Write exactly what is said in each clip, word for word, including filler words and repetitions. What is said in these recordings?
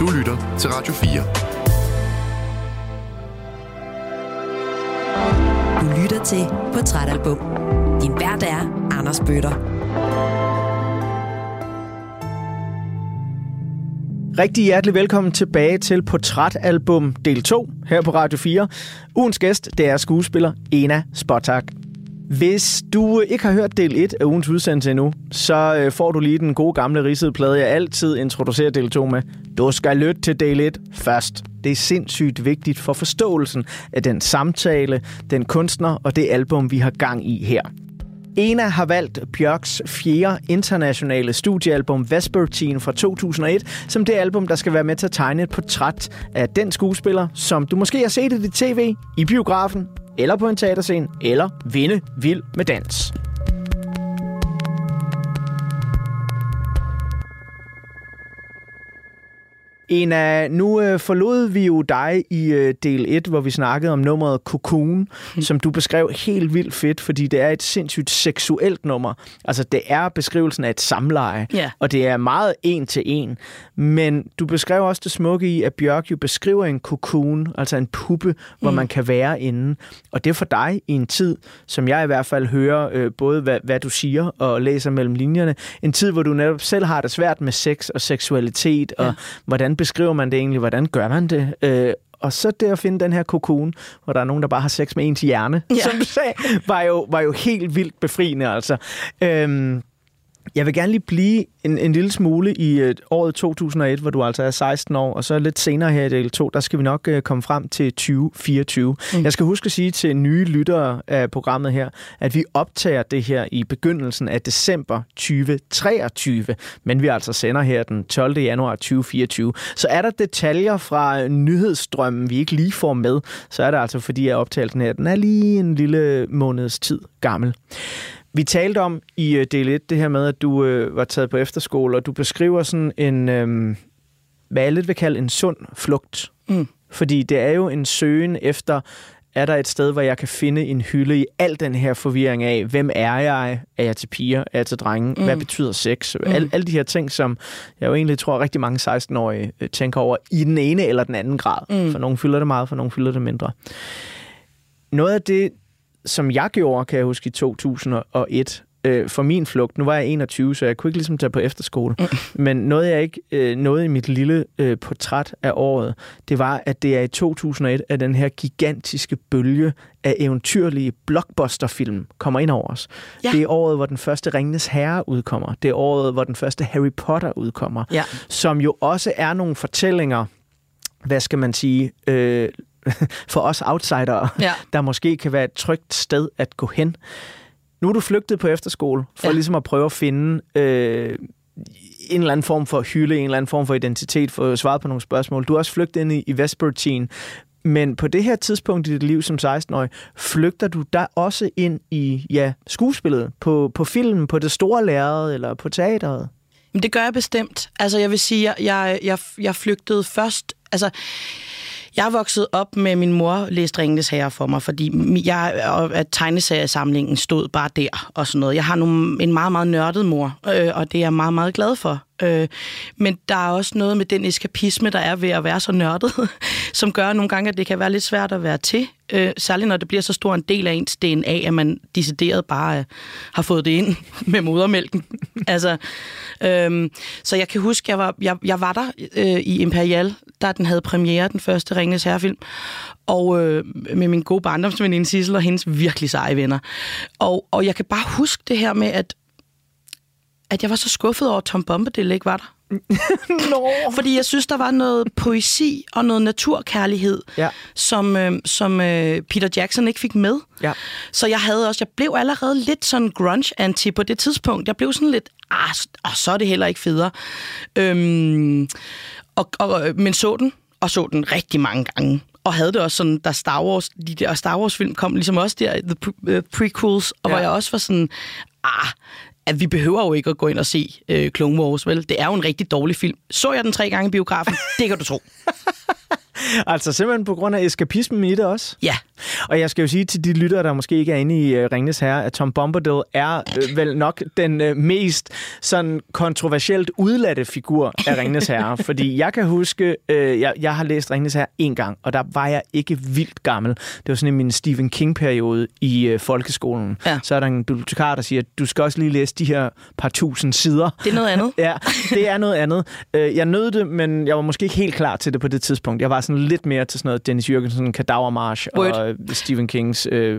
Du lytter til Radio fire. Du lytter til Portrætalbum. Din vært er Anders Bøtter. Rigtig hjertelig velkommen tilbage til Portrætalbum del to her på Radio fire. Ugens gæst, det er skuespiller Ena Spottak. Hvis du ikke har hørt del et af ugens udsendelse endnu, så får du lige den gode gamle ridsede plade, jeg altid introducerer del to med. Du skal lytte til del et først. Det er sindssygt vigtigt for forståelsen af den samtale, den kunstner og det album, vi har gang i her. Ena har valgt Björks fjerde internationale studiealbum Vespertine fra to tusind og et som det album, der skal være med til at tegne et portræt af den skuespiller, som du måske har set i dit tv, i biografen, eller på en teaterscene, eller vinde vild med dans. Ena, nu øh, forlod vi jo dig i øh, del et, hvor vi snakkede om nummeret Cocoon, mm. som du beskrev helt vildt fedt, fordi det er et sindssygt seksuelt nummer. Altså, det er beskrivelsen af et samleje, yeah. og det er meget en til en. Men du beskrev også det smukke i, at Björk jo beskriver en cocoon, altså en puppe, hvor mm. man kan være inde. Og det er for dig i en tid, som jeg i hvert fald hører, øh, både hvad, hvad du siger og læser mellem linjerne, en tid, hvor du netop selv har det svært med sex og seksualitet, og ja. hvordan beskriver man det egentlig? Hvordan gør man det? Øh, og så det at finde den her cocoon, hvor der er nogen, der bare har sex med ens hjerne, ja. som du sagde, var jo, var jo helt vildt befriende, altså. Øhm, jeg vil gerne lige blive en, en lille smule i uh, året to tusind og et, hvor du altså er seksten år, og så lidt senere her i del to, der skal vi nok uh, komme frem til tyve fireogtyve. Mm. Jeg skal huske at sige til nye lyttere af programmet her, at vi optager det her i begyndelsen af december tyve treogtyve, men vi altså sender her den tolvte januar tyve fireogtyve. Så er der detaljer fra nyhedsstrømmen, vi ikke lige får med, så er det altså fordi, jeg optager den her. Den er lige en lille måneds tid gammel. Vi talte om i del et det her med, at du øh, var taget på efterskole, og du beskriver sådan en, øh, hvad jeg lidt vil kalde en sund flugt. Mm. Fordi det er jo en søgen efter, er der et sted, hvor jeg kan finde en hylde i al den her forvirring af, hvem er jeg? Er jeg til piger? Er jeg til drenge? Mm. Hvad betyder sex? Mm. Al, alle de her ting, som jeg jo egentlig tror, rigtig mange seksten-årige tænker over i den ene eller den anden grad. Mm. For nogle fylder det meget, for nogle fylder det mindre. Noget af det, som jeg gjorde, kan jeg huske, i to tusind og et, øh, for min flugt. Nu var jeg enogtyve, så jeg kunne ikke ligesom tage på efterskole. Mm. Men noget, jeg ikke øh, nåede i mit lille øh, portræt af året, det var, at det er i to tusind og et, at den her gigantiske bølge af eventyrlige blockbusterfilm kommer ind over os. Ja. Det er året, hvor den første Ringenes Herre udkommer. Det er året, hvor den første Harry Potter udkommer. Ja. Som jo også er nogle fortællinger, hvad skal man sige, øh, for os outsidere, ja. der måske kan være et trygt sted at gå hen. Nu er du flygtet på efterskole, for ja. ligesom at prøve at finde øh, en eller anden form for hylde, en eller anden form for identitet, for at svare på nogle spørgsmål. Du er også flygtet ind i, i Vespertine, men på det her tidspunkt i dit liv som seksten-årig, flygter du der også ind i ja, skuespillet, på, på filmen, på det store lærred eller på teateret? Det gør jeg bestemt. Altså jeg vil sige, jeg, jeg, jeg, jeg flygtede først, altså jeg er vokset op med min mor læste Ringenes Herre for mig, fordi jeg, at tegneseriesamlingen stod bare der og sådan noget. Jeg har nogle, en meget, meget nørdet mor, øh, og det er jeg meget, meget glad for. Øh, men der er også noget med den eskapisme, der er ved at være så nørdet, som gør nogle gange, at det kan være lidt svært at være til. Øh, særligt når det bliver så stor en del af ens D N A, at man decideret bare øh, har fået det ind med modermælken. altså, øh, så jeg kan huske, jeg var, jeg, jeg var der øh, i Imperial, da den havde premiere, den første Ringenes Herre-film, og øh, med min gode barndomsveninde Sissel og hendes virkelig seje venner. Og, og jeg kan bare huske det her med, at at jeg var så skuffet over, at Tom Bombadil ikke var der. no. Fordi jeg synes, der var noget poesi og noget naturkærlighed, ja. som, øh, som øh, Peter Jackson ikke fik med. Ja. Så jeg havde også, jeg blev allerede lidt sådan grunge-anti på det tidspunkt. Jeg blev sådan lidt, ah, oh, så er det heller ikke federe. Øhm, og, og, men så den, og så den rigtig mange gange. Og havde det også sådan, da Star Wars, de der Star Wars-film kom ligesom også der, the pre- uh, prequels, og ja. hvor jeg også var sådan, ah, at vi behøver jo ikke at gå ind og se øh, Clone Wars, vel? Det er jo en rigtig dårlig film. Så jeg den tre gange i biografen? Det kan du tro. Altså simpelthen på grund af eskapismen i det også? Ja. Og jeg skal jo sige til de lyttere, der måske ikke er inde i uh, Ringenes Herre, at Tom Bombadil er uh, vel nok den uh, mest sådan kontroversielt udladte figur af Ringenes Herre. Fordi jeg kan huske, uh, jeg, jeg har læst Ringenes Herre en gang, og der var jeg ikke vildt gammel. Det var sådan i min Stephen King-periode i uh, folkeskolen. Ja. Så er der en bibliotekar, der siger, du skal også lige læse de her par tusind sider. Det er noget andet. Ja, det er noget andet. Uh, jeg nød det, men jeg var måske ikke helt klar til det på det tidspunkt. Jeg var sådan lidt mere til sådan noget Dennis Jürgensen, Kadavermarsch og Stephen Kings øh,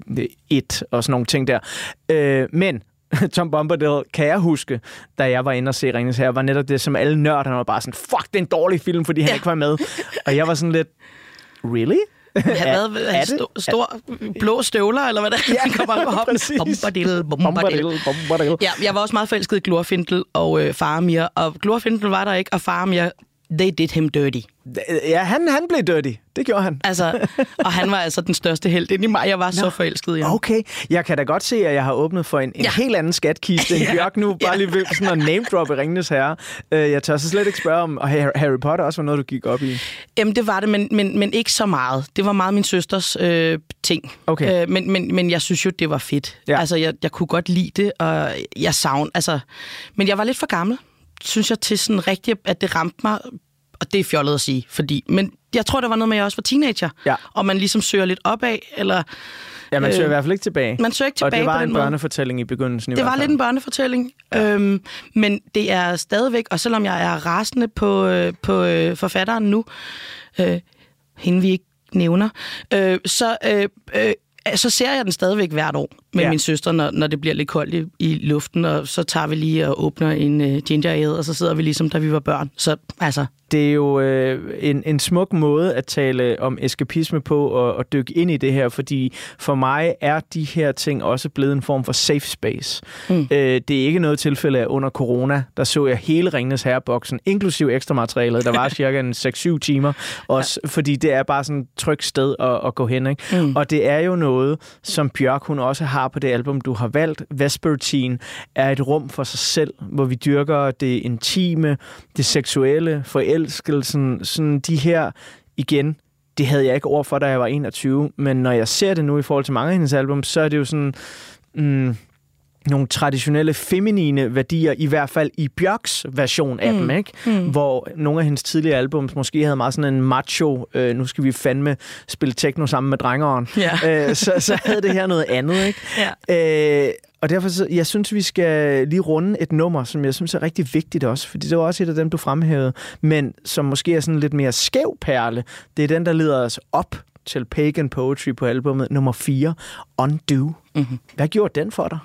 It og sådan nogle ting der. Øh, men Tom Bombadil, kan jeg huske, da jeg var inde og se Ringenes Herre, var netop det, som alle nørderne var bare sådan, fuck, det er en dårlig film, fordi han ja. ikke var med. Og jeg var sådan lidt, really? Han havde været sto- stor blå støvler, eller hvad der ja, han kommer op på hoppen. Bombadil, Bombadil, Bombadil. Ja, jeg var også meget forelsket i Glorfindel og øh, Faramir, og Glorfindel var der ikke, og Faramir, they did him dirty. Ja, han, han blev dirty. Det gjorde han. Altså, og han var altså den største helt ind i mig. Jeg var Nå, så forelsket i ham. Okay. Jeg kan da godt se, at jeg har åbnet for en, en ja. helt anden skatkiste end ja. Bjørk nu. Bare ja. lige ved sådan at name-droppe Ringenes Herre. Jeg tør så slet ikke spørge om, og Harry Potter også var noget, du gik op i. Jamen, det var det, men, men, men ikke så meget. Det var meget min søsters øh, ting. Okay. Øh, men, men, men jeg synes jo, det var fedt. Ja. Altså, jeg, jeg kunne godt lide det, og jeg savn. Altså, men jeg var lidt for gammel, synes jeg, til sådan rigtigt, at det ramte mig. Og det er fjollet at sige, fordi... Men jeg tror, der var noget med, at jeg også var teenager. Ja. Og man ligesom søger lidt opad, eller... Ja, man søger øh, i hvert fald ikke tilbage. Man søger ikke tilbage på den måde. Og det var en børnefortælling i begyndelsen i Det hvert var lidt en børnefortælling. Ja. Øhm, men det er stadigvæk... Og selvom jeg er rasende på, øh, på øh, forfatteren nu, øh, hende vi ikke nævner, øh, så... Øh, øh, så ser jeg den stadigvæk hvert år med ja. min søster, når, når det bliver lidt koldt i, i luften, og så tager vi lige og åbner en uh, ginger ale, og så sidder vi ligesom, da vi var børn. Så altså... Det er jo øh, en, en smuk måde at tale om eskapisme på og, og dykke ind i det her, fordi for mig er de her ting også blevet en form for safe space. Mm. Øh, det er ikke noget tilfælde af under corona, der så jeg hele Ringenes Herre-boksen, inklusiv ekstra materialet, der var cirka en seks syv timer, også, ja. fordi det er bare sådan et trygt sted at, at gå hen. Ikke? Mm. Og det er jo noget, som Bjørk hun også har på det album, du har valgt. Vespertine er et rum for sig selv, hvor vi dyrker det intime, det seksuelle, forelskelsen, sådan de her, igen, det havde jeg ikke ord for, da jeg var enogtyve, men når jeg ser det nu i forhold til mange af hendes album, så er det jo sådan mm, nogle traditionelle feminine værdier, i hvert fald i Bjørks version af mm. dem, ikke? Mm. Hvor nogle af hendes tidligere albums måske havde meget sådan en macho, øh, nu skal vi fandme spille techno sammen med drengeren, yeah. øh, så, så havde det her noget andet, ikke? Yeah. Øh, og derfor, så, jeg synes, vi skal lige runde et nummer, som jeg synes er rigtig vigtigt også, fordi det var også et af dem, du fremhævede, men som måske er sådan lidt mere skæv perle. Det er den, der leder os op til Pagan Poetry på albumet nummer fire, Undo. Mm-hmm. Hvad gjorde den for dig?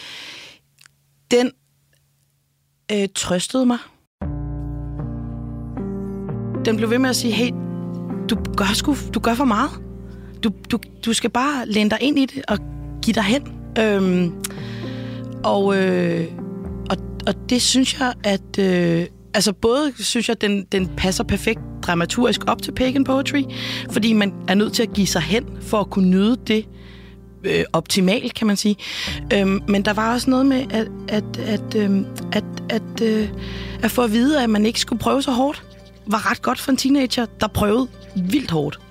Den øh, trøstede mig. Den blev ved med at sige, hey, du gør, sgu, du gør for meget. Du, du, du skal bare læne dig ind i det og give dig hen. Øhm, og, øh, og, og det synes jeg, at... Øh, altså både synes jeg, den, den passer perfekt dramaturgisk op til Pagan Poetry, fordi man er nødt til at give sig hen for at kunne nyde det øh, optimalt, kan man sige. Øhm, men der var også noget med at, at, at, øh, at, at, øh, at få at vide, at man ikke skulle prøve så hårdt, var ret godt for en teenager, der prøvede vildt hårdt.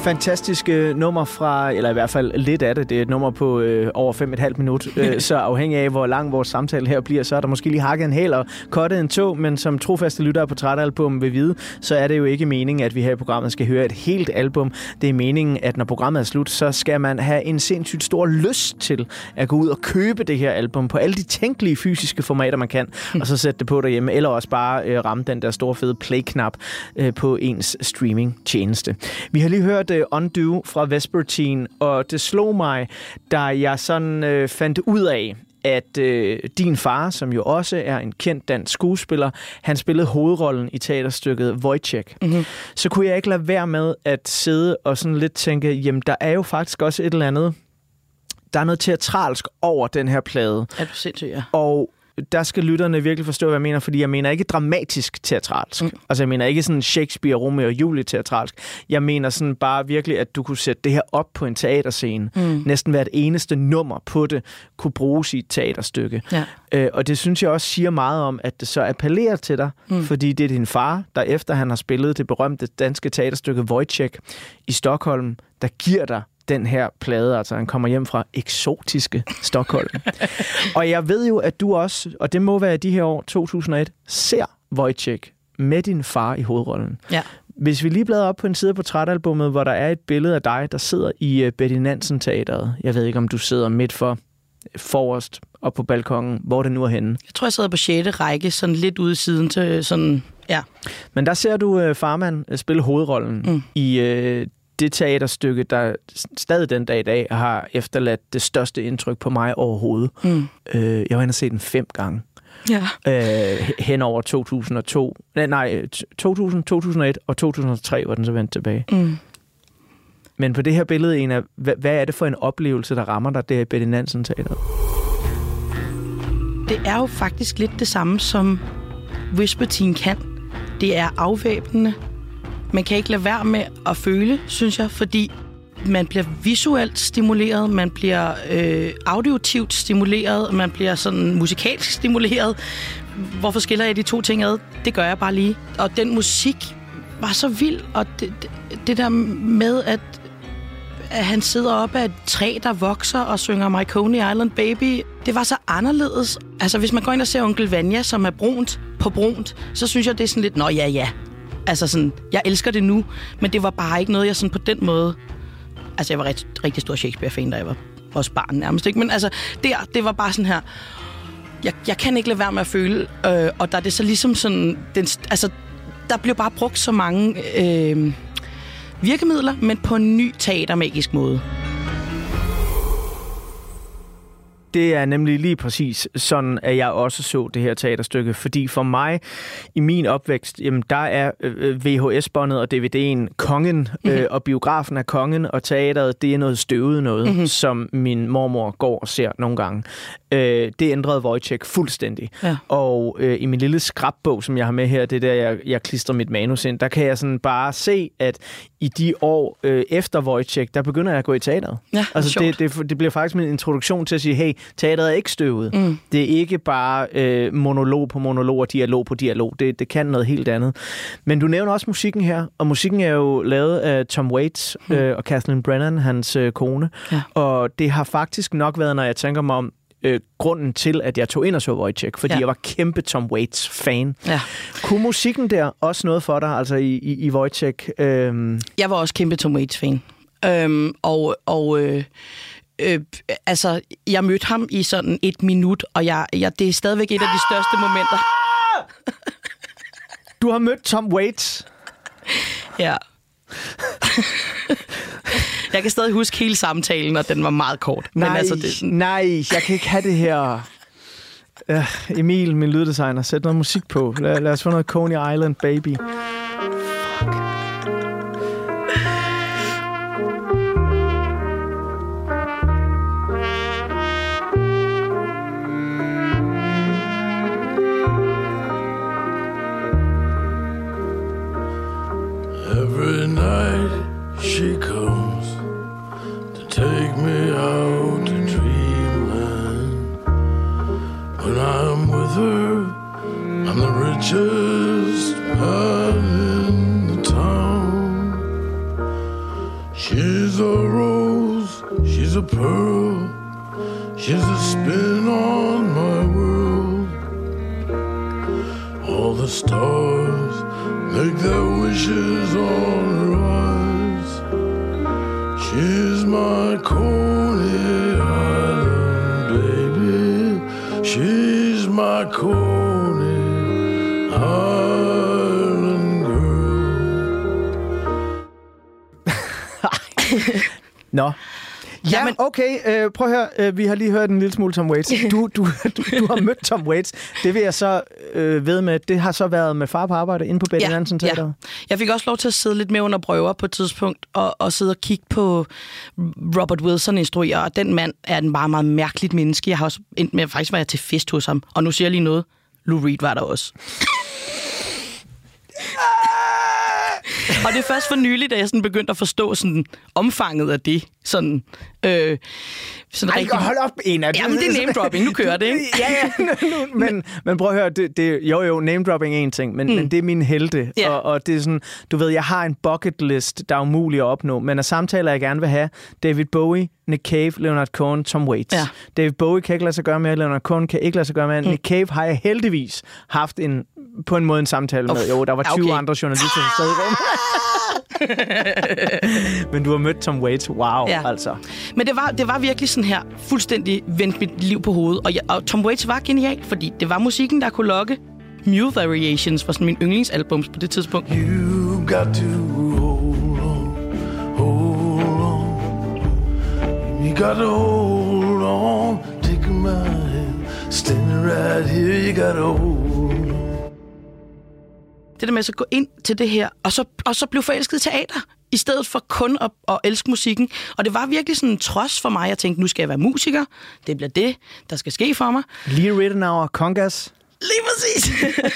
fantastiske nummer fra, eller i hvert fald lidt af det, det er et nummer på øh, over fem og et halvt minut, øh, så afhængig af, hvor lang vores samtale her bliver, så er der måske lige hakket en hæl og kottet en tog, men som trofaste lyttere på Træt-album vil vide, så er det jo ikke meningen, at vi her i programmet skal høre et helt album. Det er meningen, at når programmet er slut, så skal man have en sindssygt stor lyst til at gå ud og købe det her album på alle de tænkelige fysiske formater, man kan, og så sætte det på derhjemme, eller også bare øh, ramme den der store fede play-knap øh, på ens streaming-tjeneste. Vi har lige hørt uh, Undo fra Vespertine, og det slog mig, da jeg sådan uh, fandt ud af, at uh, din far, som jo også er en kendt dansk skuespiller, han spillede hovedrollen i teaterstykket Wojciech. Mm-hmm. Så kunne jeg ikke lade være med at sidde og sådan lidt tænke, jamen der er jo faktisk også et eller andet, der er noget teatralsk over den her plade. Er du sindssyg, ja. Og der skal lytterne virkelig forstå, hvad jeg mener, fordi jeg mener ikke dramatisk teatralsk. Mm. Altså, jeg mener ikke sådan Shakespeare, Romeo og Julie teatralsk. Jeg mener sådan bare virkelig, at du kunne sætte det her op på en teaterscene. Mm. Næsten hvert eneste nummer på det kunne bruges i et teaterstykke. Ja. Øh, og det synes jeg også siger meget om, at det så appellerer til dig, mm. fordi det er din far, der efter han har spillet det berømte danske teaterstykke Wojciech i Stockholm, der giver dig den her plade, altså han kommer hjem fra eksotiske Stockholm. Og jeg ved jo, at du også, og det må være i de her år, to tusind og et, ser Wojciech med din far i hovedrollen. Ja. Hvis vi lige bladrer op på en side på Træt-albummet, hvor der er et billede af dig, der sidder i uh, Betty Nansen Teatret. Jeg ved ikke, om du sidder midt for, forrest og på balkongen, hvor det nu er henne. Jeg tror, jeg sidder på sjette række, sådan lidt ude siden til sådan, ja. Men der ser du uh, farmand uh, spille hovedrollen mm. i uh, det teaterstykke, der stadig den dag i dag har efterladt det største indtryk på mig overhovedet. Mm. Øh, jeg var inde og se den fem gange. Ja. Øh, hen over to tusind og to. Nej, nej to tusind, to tusind og et og to tusind og tre var den så vendt tilbage. Mm. Men på det her billede, en af, hvad, hvad er det for en oplevelse, der rammer dig der i Betty Nansen Teatret? Det er jo faktisk lidt det samme, som Vespertine kan. Det er afvæbnende. Man kan ikke lade være med at føle, synes jeg, fordi man bliver visuelt stimuleret, man bliver øh, auditivt stimuleret, man bliver sådan musikalsk stimuleret. Hvorfor skiller jeg de to ting ad? Det gør jeg bare lige. Og den musik var så vild, og det, det, det der med, at, at han sidder oppe af et træ, der vokser og synger My Coney Island Baby, det var så anderledes. Altså, hvis man går ind og ser Onkel Vanya, som er brunt på brunt, så synes jeg, det er sådan lidt, nå ja, ja. Altså sådan, jeg elsker det nu, men det var bare ikke noget, jeg sådan på den måde... Altså, jeg var rigtig, rigtig stor Shakespeare-fan, da jeg var også barn nærmest, ikke? Men altså, der, det var bare sådan her... Jeg, jeg kan ikke lade være med at føle, øh, og der er det så ligesom sådan... Den, altså, der blev bare brugt så mange øh, virkemidler, men på en ny teatermagisk måde. Det er nemlig lige præcis sådan, at jeg også så det her teaterstykke. Fordi for mig, i min opvækst, jamen, der er V H S-båndet og D V D'en kongen, mm-hmm. øh, og biografen er kongen, og teateret, det er noget støvet noget, mm-hmm. som min mormor går og ser nogle gange. Øh, det ændrede Wojciech fuldstændig. Ja. Og øh, i min lille skrabbog, som jeg har med her, det der, jeg, jeg klistrer mit manus ind, der kan jeg sådan bare se, at i de år øh, efter Wojciech, der begynder jeg at gå i teateret. Ja, altså, det, det, det bliver faktisk min introduktion til at sige, hey, teateret er ikke støvet. Mm. Det er ikke bare øh, monolog på monolog og dialog på dialog. Det, det kan noget helt andet. Men du nævner også musikken her, og musikken er jo lavet af Tom Waits mm. øh, og Kathleen Brennan, hans øh, kone. Ja. Og det har faktisk nok været, når jeg tænker mig om, øh, grunden til, at jeg tog ind og så Wojciech, fordi ja. jeg var kæmpe Tom Waits-fan. Ja. Kunne musikken der også noget for dig, altså i, i, i Wojciech? Øh... Jeg var også kæmpe Tom Waits-fan. Øhm, og... og øh Øh, altså, jeg mødte ham i sådan et minut, og jeg, jeg, det er stadigvæk et af de største momenter. Du har mødt Tom Waits? Ja. Jeg kan stadig huske hele samtalen, og den var meget kort. Nej, men altså, det... nej, jeg kan ikke have det her. Uh, Emil, min lyddesigner, sæt noget musik på. Lad, lad os få noget Coney Island Baby. Every night she comes to take me out to dreamland. When I'm with her, I'm the richest man in the town. She's a pearl, she's a spin on my world. All the stars make their wishes on her eyes. She's my Coney Island baby. She's my Coney Island girl. Nå. Ja, men okay, øh, prøv at høre, øh, vi har lige hørt en lille smule Tom Waits. Du, du, du, du har mødt Tom Waits. Det vil jeg så øh, ved med, det har så været med Far på arbejde inde på Betty ja, Nansen Teater. Ja. Jeg fik også lov til at sidde lidt med under prøver på et tidspunkt, og, og sidde og kigge på Robert Wilson instruere, og den mand er en meget, meget mærkeligt menneske. Jeg har også endt med, faktisk var jeg til fest hos ham, og nu siger jeg lige noget. Lou Reed var der også. Og det er først for nylig, da jeg sådan begyndte at forstå sådan omfanget af det. Sådan, øh, sådan Ej, rigtig... hold op, en af ja, men det er name-dropping. Nu kører det, ikke? ja, ja. men, men prøv at høre, det, det, jo jo, name-dropping er en ting, men, mm. men det er min helte. Yeah. Og, og det er sådan, du ved, jeg har en bucket list, der er umulig at opnå, men af samtaler, jeg gerne vil have, David Bowie, Nick Cave, Leonard Cohen, Tom Waits. Ja. David Bowie kan ikke lade sig gøre med, Leonard Cohen kan ikke lade sig gøre med. Mm. Nick Cave har jeg heldigvis haft en, på en måde en samtale med. Jo, der var tyve okay. andre journalister, der sad i rummet. Men du har mødt Tom Waits. Wow, ja. Altså. Men det var, det var virkelig sådan her, fuldstændig vendt mit liv på hovedet. Og, jeg, og Tom Waits var genial, fordi det var musikken, der kunne lokke. Mule Variations var sådan min yndlingsalbums på det tidspunkt. You got to hold on, hold on. You got to hold on, take my hand, standing right here, you got to hold on. Det der med at så gå ind til det her, og så, og så blive forelsket i teater, i stedet for kun at, at elske musikken. Og det var virkelig sådan en trods for mig. Jeg tænkte, nu skal jeg være musiker. Det bliver det, der skal ske for mig. Lee Ritenour, Congas. Lige præcis.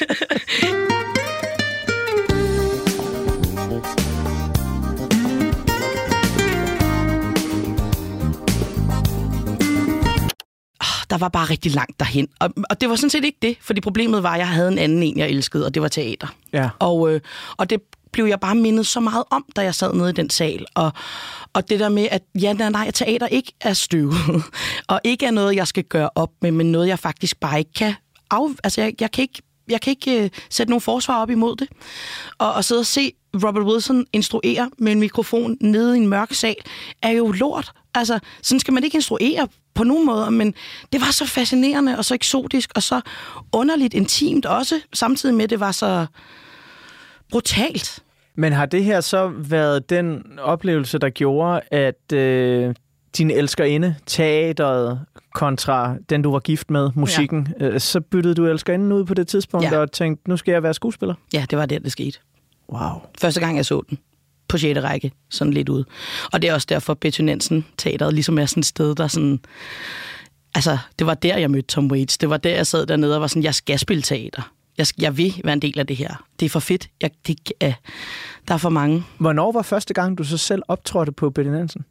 Der var bare rigtig langt derhen. Og, og det var sådan set ikke det, fordi problemet var, at jeg havde en anden en, jeg elskede, og det var teater. Ja. Og, øh, og det blev jeg bare mindet så meget om, da jeg sad nede i den sal. Og, og det der med, at ja, nej, nej, teater ikke er støvet, og ikke er noget, jeg skal gøre op med, men noget, jeg faktisk bare ikke kan af... Altså, jeg, jeg kan ikke, jeg kan ikke uh, sætte nogen forsvar op imod det. Og, og sidde og se Robert Wilson instruere med en mikrofon nede i en mørk sal, er jo lort. Altså, sådan skal man ikke instruere på nogen måde, men det var så fascinerende og så eksotisk og så underligt intimt også, samtidig med, at det var så brutalt. Men har det her så været den oplevelse, der gjorde, at øh, din elskerinde, teateret, kontra den, du var gift med, musikken, ja. øh, så byttede du elskerinden ud på det tidspunkt ja. og tænkte, nu skal jeg være skuespiller? Ja, det var det, der skete. Wow. Første gang, jeg så den. På sjette række, sådan lidt ud. Og det er også derfor, Betty Nansen Teateret ligesom er sådan et sted, der sådan... Altså, det var der, jeg mødte Tom Waits. Det var der, jeg sad dernede og var sådan, jeg skal spille teater. Jeg, skal, jeg vil være en del af det her. Det er for fedt. Jeg, det, uh, der er for mange. Hvornår var første gang, du så selv optrådte på Betty Nansen?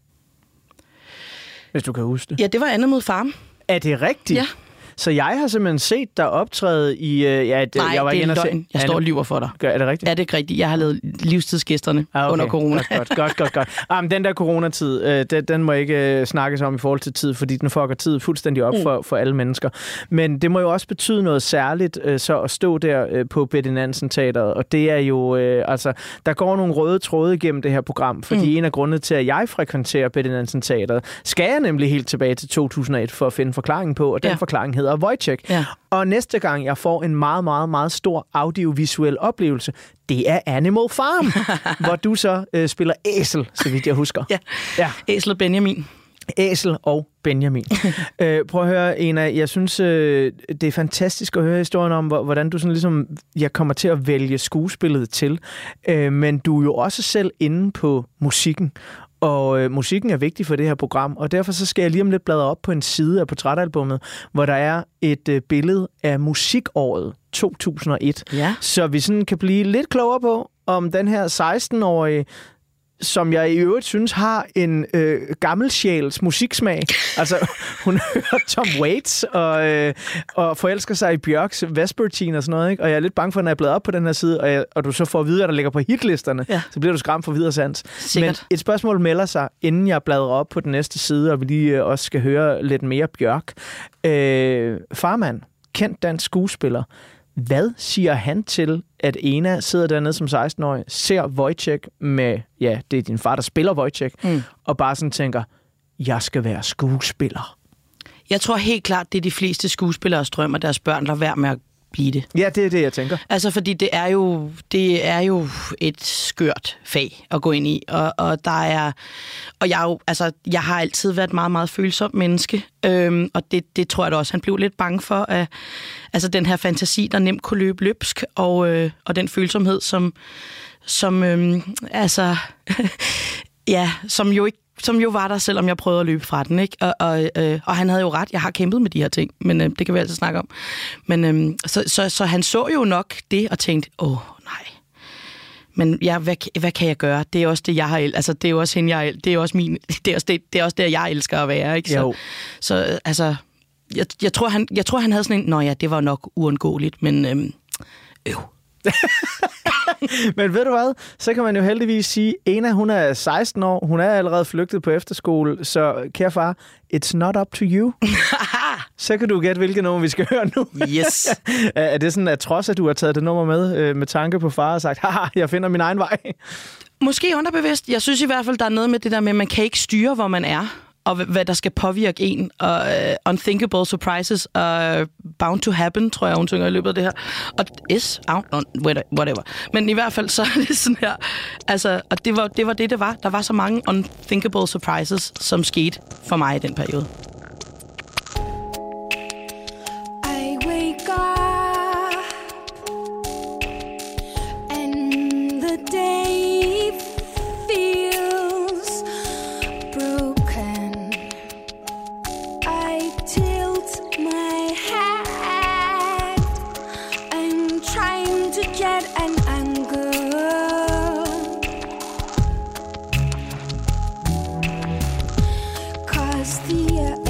Hvis du kan huske det. Ja, det var Andet mod Farm. Er det rigtigt? Ja. Så jeg har simpelthen set dig optræde i... Uh, ja, det, Nej, jeg var det er løgn. Se... Jeg står og lyver for dig. Gør, er det rigtigt? Er det ikke rigtigt? Jeg har lavet livstidsgæsterne ah, okay. under corona. Godt, godt, godt. godt. Ah, men den der coronatid, øh, den, den må ikke øh, snakkes om i forhold til tid, fordi den fucker tid fuldstændig op mm. for, for alle mennesker. Men det må jo også betyde noget særligt, øh, så at stå der øh, på Betty Nansen Teateret. Og det er jo... Øh, altså, der går nogle røde tråde igennem det her program, fordi mm. en af grundene til, at jeg frekventerer Betty Nansen Teateret, skal jeg nemlig helt tilbage til to tusind og et for at finde forklaringen på, og den ja. forklaring hedder Wojciech. Ja. Og næste gang, jeg får en meget, meget, meget stor audiovisuel oplevelse, det er Animal Farm, hvor du så øh, spiller æsel, så vidt jeg husker. Ja, ja. Æsel og Benjamin. Æsel og Benjamin. øh, prøv at høre, Ena, jeg synes, øh, det er fantastisk at høre historien om, hvordan du sådan ligesom, jeg kommer til at vælge skuespillet til, øh, men du er jo også selv inde på musikken. Og øh, musikken er vigtig for det her program, og derfor så skal jeg lige om lidt bladre op på en side af portrætalbummet, hvor der er et øh, billede af musikåret to tusind og et. Ja. Så vi sådan kan blive lidt klogere på, om den her seksten-årige som jeg i øvrigt synes har en øh, gammelsjæls musiksmag. Altså, hun hører Tom Waits og, øh, og forelsker sig i Bjørks Vespertine og sådan noget, ikke? Og jeg er lidt bange for, når jeg er blevet op på den her side, og, jeg, og du så får at vide, at der ligger på hitlisterne, ja. Så bliver du skræmt for videre sans. Sikkert. Men et spørgsmål melder sig, inden jeg bladrer op på den næste side, og vi lige øh, også skal høre lidt mere Bjørk. Øh, Farmand, kendt dansk skuespiller. Hvad siger han til, at Ena sidder dernede som seksten-årig, ser Wojciech med, ja, det er din far, der spiller Wojciech, mm. og bare sådan tænker, jeg skal være skuespiller? Jeg tror helt klart, det er de fleste skuespillere drømmer, deres børn lader være med at blive det. Ja, det er det, jeg tænker. Altså, fordi det er jo, det er jo et skørt fag at gå ind i, og, og der er, og jeg, er jo, altså, jeg har altid været et meget, meget følsomt menneske, øhm, og det, det tror jeg da også, han blev lidt bange for, at, altså den her fantasi, der nemt kunne løbe løbsk, og, øh, og den følsomhed, som, som øh, altså, ja, som jo ikke som jo var der, selvom jeg prøvede at løbe fra den, ikke? Og, og, øh, og han havde jo ret. Jeg har kæmpet med de her ting, men øh, det kan vi altid snakke om. Men øh, så, så, så han så jo nok det og tænkte, åh, nej. Men ja, hvad, hvad kan jeg gøre? Det er også det, jeg har el- altså det er jo også hende, jeg el- det er også min, det er også det, det er også der, jeg elsker at være, ikke? Så, jo. så øh, altså, jeg, jeg tror han, jeg tror han havde sådan en, nå ja, det var nok uundgåeligt, men øh, øv. Men ved du hvad? Så kan man jo heldigvis sige, Ena, hun er seksten år, hun er allerede flygtet på efterskole, så kære far, it's not up to you. Så kan du gætte, hvilket nummer vi skal høre nu. Yes. Er det sådan, at trods at du har taget det nummer med, med tanke på far og sagt, haha, jeg finder min egen vej? Måske underbevidst. Jeg synes i hvert fald, der er noget med det der med, at man kan ikke styre, hvor man er, og hvad der skal påvirke en, og uh, unthinkable surprises, og uh, bound to happen, tror jeg, hun synger i løbet af det her. Og is, out, no, whatever. Men i hvert fald, så er det sådan her, altså, og det var, det var det, det var. Der var så mange unthinkable surprises, som skete for mig i den periode. I wake up, and the day feels broken. I tilt my head. I'm trying to get an angle, 'cause the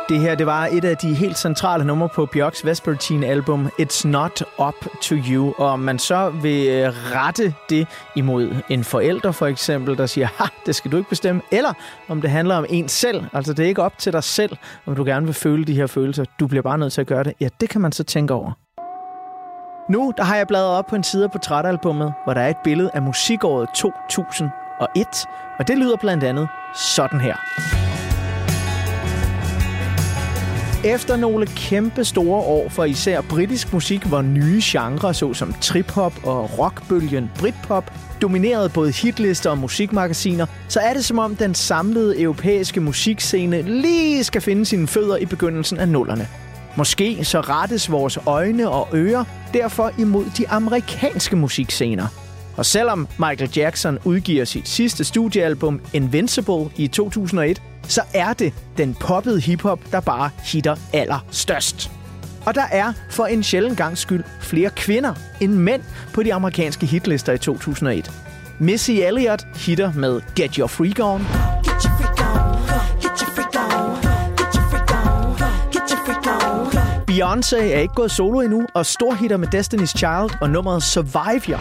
Det her, det var et af de helt centrale numre på Bjørks Vespertine-album It's Not Up To You. Og om man så vil rette det imod en forælder for eksempel, der siger, ha, det skal du ikke bestemme. Eller om det handler om en selv. Altså det er ikke op til dig selv, om du gerne vil føle de her følelser. Du bliver bare nødt til at gøre det. Ja, det kan man så tænke over. Nu der har jeg bladret op på en side af portrætalbummet, hvor der er et billede af musikåret to tusind og et. Og det lyder blandt andet sådan her. Efter nogle kæmpe store år for især britisk musik, hvor nye genrer såsom trip-hop og rockbølgen Britpop dominerede både hitlister og musikmagasiner, så er det som om den samlede europæiske musikscene lige skal finde sine fødder i begyndelsen af nullerne. Måske så rettes vores øjne og ører derfor imod de amerikanske musikscener. Og selvom Michael Jackson udgiver sit sidste studiealbum Invincible i to tusind og et, så er det den poppede hiphop, der bare hitter allerstørst. Og der er for en sjælden gangs skyld flere kvinder end mænd på de amerikanske hitlister i to tusind og et. Missy Elliott hitter med Get Your Freak On. Beyoncé er ikke gået solo endnu, og storhitter med Destiny's Child og nummeret Survive Your.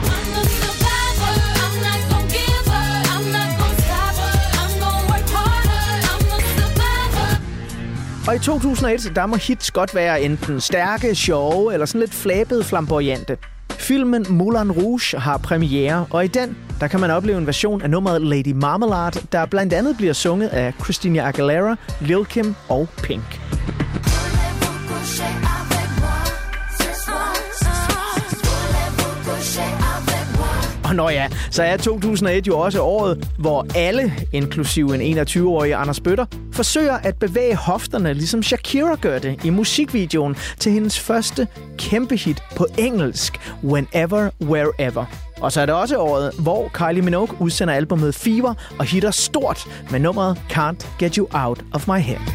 Og i to tusind og et, der må hits godt være enten stærke, sjove eller sådan lidt flabede, flamboyante. Filmen Moulin Rouge har premiere, og i den, der kan man opleve en version af nummeret Lady Marmalade, der blandt andet bliver sunget af Christina Aguilera, Lil Kim og Pink. Og når ja, så er to tusind og et jo også året, hvor alle, inklusive en enogtyve-årig Anders Bøtter, forsøger at bevæge hofterne, ligesom Shakira gør det i musikvideoen til hendes første kæmpe hit på engelsk, Whenever, Wherever. Og så er det også året, hvor Kylie Minogue udsender albumet Fever og hitter stort med nummeret Can't Get You Out of My Head.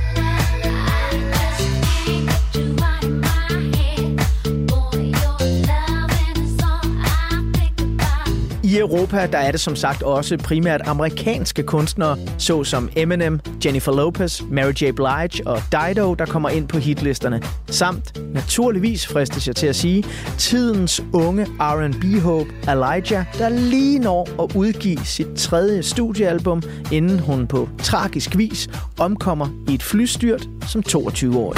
I Europa der er det som sagt også primært amerikanske kunstnere, såsom Eminem, Jennifer Lopez, Mary J. Blige og Dido, der kommer ind på hitlisterne. Samt, naturligvis fristes jeg til at sige, tidens unge R and B-hope Elijah, der lige når at udgive sit tredje studiealbum, inden hun på tragisk vis omkommer i et flystyrt som toogtyve-årig.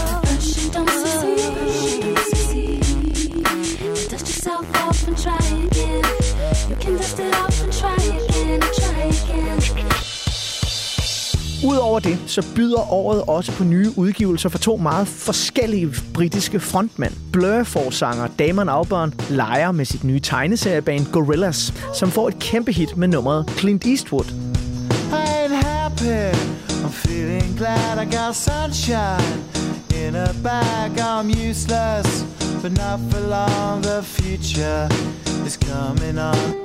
Udover det, så byder året også på nye udgivelser for to meget forskellige britiske frontmænd. Blur-forsanger Damon Albarn leger med sit nye tegneserieband Gorillaz, som får et kæmpe hit med nummeret Clint Eastwood. I ain't happy, I'm feeling glad I got sunshine in a bag, I'm useless, but not for long, the future is coming on.